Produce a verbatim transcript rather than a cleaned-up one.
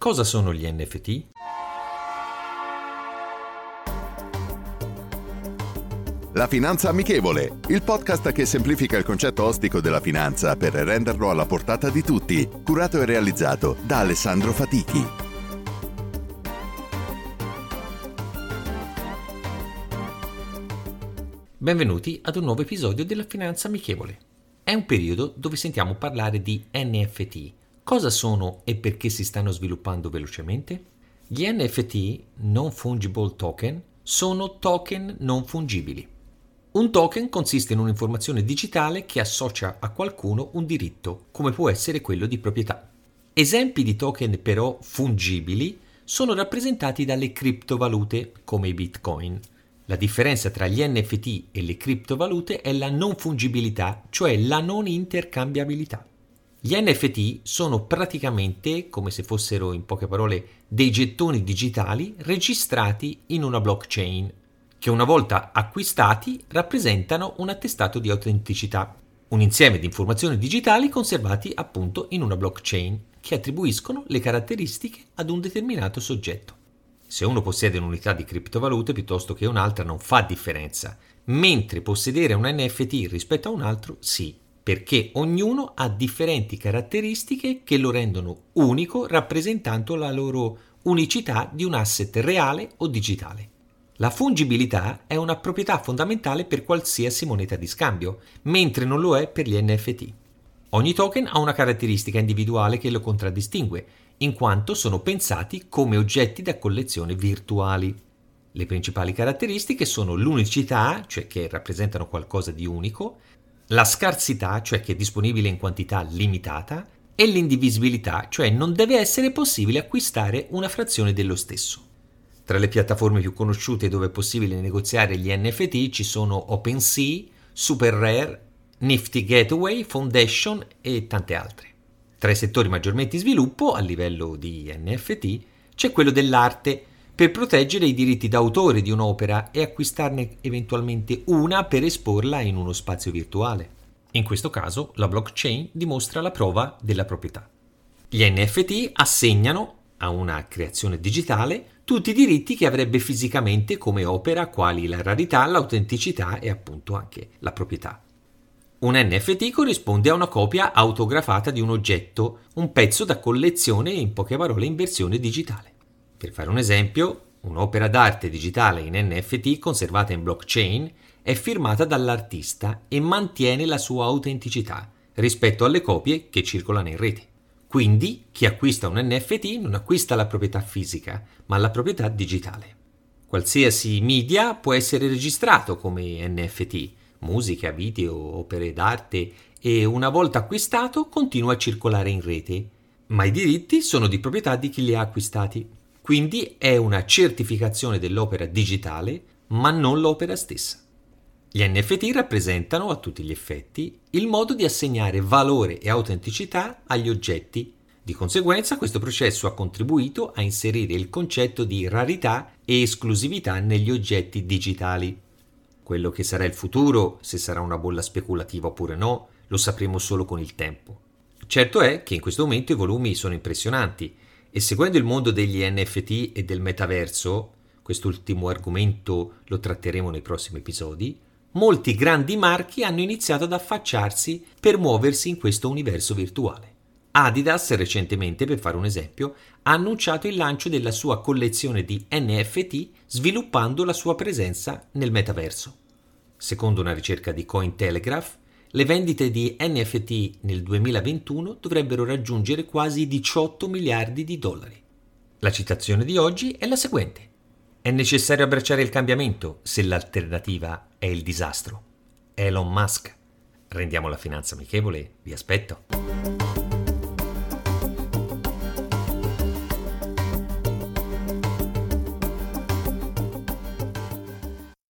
Cosa sono gli N F T? La Finanza Amichevole, il podcast che semplifica il concetto ostico della finanza per renderlo alla portata di tutti, curato e realizzato da Alessandro Fatichi. Benvenuti ad un nuovo episodio della Finanza Amichevole. È un periodo dove sentiamo parlare di N F T. Cosa sono e perché si stanno sviluppando velocemente? Gli N F T, Non Fungible Token, sono token non fungibili. Un token consiste in un'informazione digitale che associa a qualcuno un diritto, come può essere quello di proprietà. Esempi di token però fungibili sono rappresentati dalle criptovalute, come i Bitcoin. La differenza tra gli N F T e le criptovalute è la non fungibilità, cioè la non intercambiabilità. Gli N F T sono praticamente, come se fossero in poche parole, dei gettoni digitali registrati in una blockchain, che una volta acquistati rappresentano un attestato di autenticità, un insieme di informazioni digitali conservati appunto in una blockchain che attribuiscono le caratteristiche ad un determinato soggetto. Se uno possiede un'unità di criptovalute piuttosto che un'altra non fa differenza, mentre possedere un N F T rispetto a un altro sì, perché ognuno ha differenti caratteristiche che lo rendono unico rappresentando la loro unicità di un asset reale o digitale. La fungibilità è una proprietà fondamentale per qualsiasi moneta di scambio, mentre non lo è per gli N F T. Ogni token ha una caratteristica individuale che lo contraddistingue, in quanto sono pensati come oggetti da collezione virtuali. Le principali caratteristiche sono l'unicità, cioè che rappresentano qualcosa di unico, la scarsità, cioè che è disponibile in quantità limitata, e l'indivisibilità, cioè non deve essere possibile acquistare una frazione dello stesso. Tra le piattaforme più conosciute dove è possibile negoziare gli N F T ci sono OpenSea, SuperRare, Nifty Gateway, Foundation e tante altre. Tra i settori maggiormente in sviluppo a livello di N F T c'è quello dell'arte, per proteggere i diritti d'autore di un'opera e acquistarne eventualmente una per esporla in uno spazio virtuale. In questo caso la blockchain dimostra la prova della proprietà. Gli N F T assegnano a una creazione digitale tutti i diritti che avrebbe fisicamente come opera, quali la rarità, l'autenticità e appunto anche la proprietà. Un N F T corrisponde a una copia autografata di un oggetto, un pezzo da collezione in poche parole in versione digitale. Per fare un esempio, un'opera d'arte digitale in N F T conservata in blockchain è firmata dall'artista e mantiene la sua autenticità rispetto alle copie che circolano in rete. Quindi chi acquista un N F T non acquista la proprietà fisica, ma la proprietà digitale. Qualsiasi media può essere registrato come N F T, musica, video, opere d'arte, e una volta acquistato continua a circolare in rete, ma i diritti sono di proprietà di chi li ha acquistati. Quindi è una certificazione dell'opera digitale, ma non l'opera stessa. Gli N F T rappresentano, a tutti gli effetti, il modo di assegnare valore e autenticità agli oggetti. Di conseguenza, questo processo ha contribuito a inserire il concetto di rarità e esclusività negli oggetti digitali. Quello che sarà il futuro, se sarà una bolla speculativa oppure no, lo sapremo solo con il tempo. Certo è che in questo momento i volumi sono impressionanti e seguendo il mondo degli N F T e del metaverso, quest'ultimo argomento lo tratteremo nei prossimi episodi, molti grandi marchi hanno iniziato ad affacciarsi per muoversi in questo universo virtuale. Adidas recentemente, per fare un esempio, ha annunciato il lancio della sua collezione di N F T sviluppando la sua presenza nel metaverso. Secondo una ricerca di Cointelegraph, le vendite di N F T nel duemilaventuno dovrebbero raggiungere quasi diciotto miliardi di dollari. La citazione di oggi è la seguente: è necessario abbracciare il cambiamento se l'alternativa è il disastro. Elon Musk. Rendiamo la finanza amichevole, vi aspetto.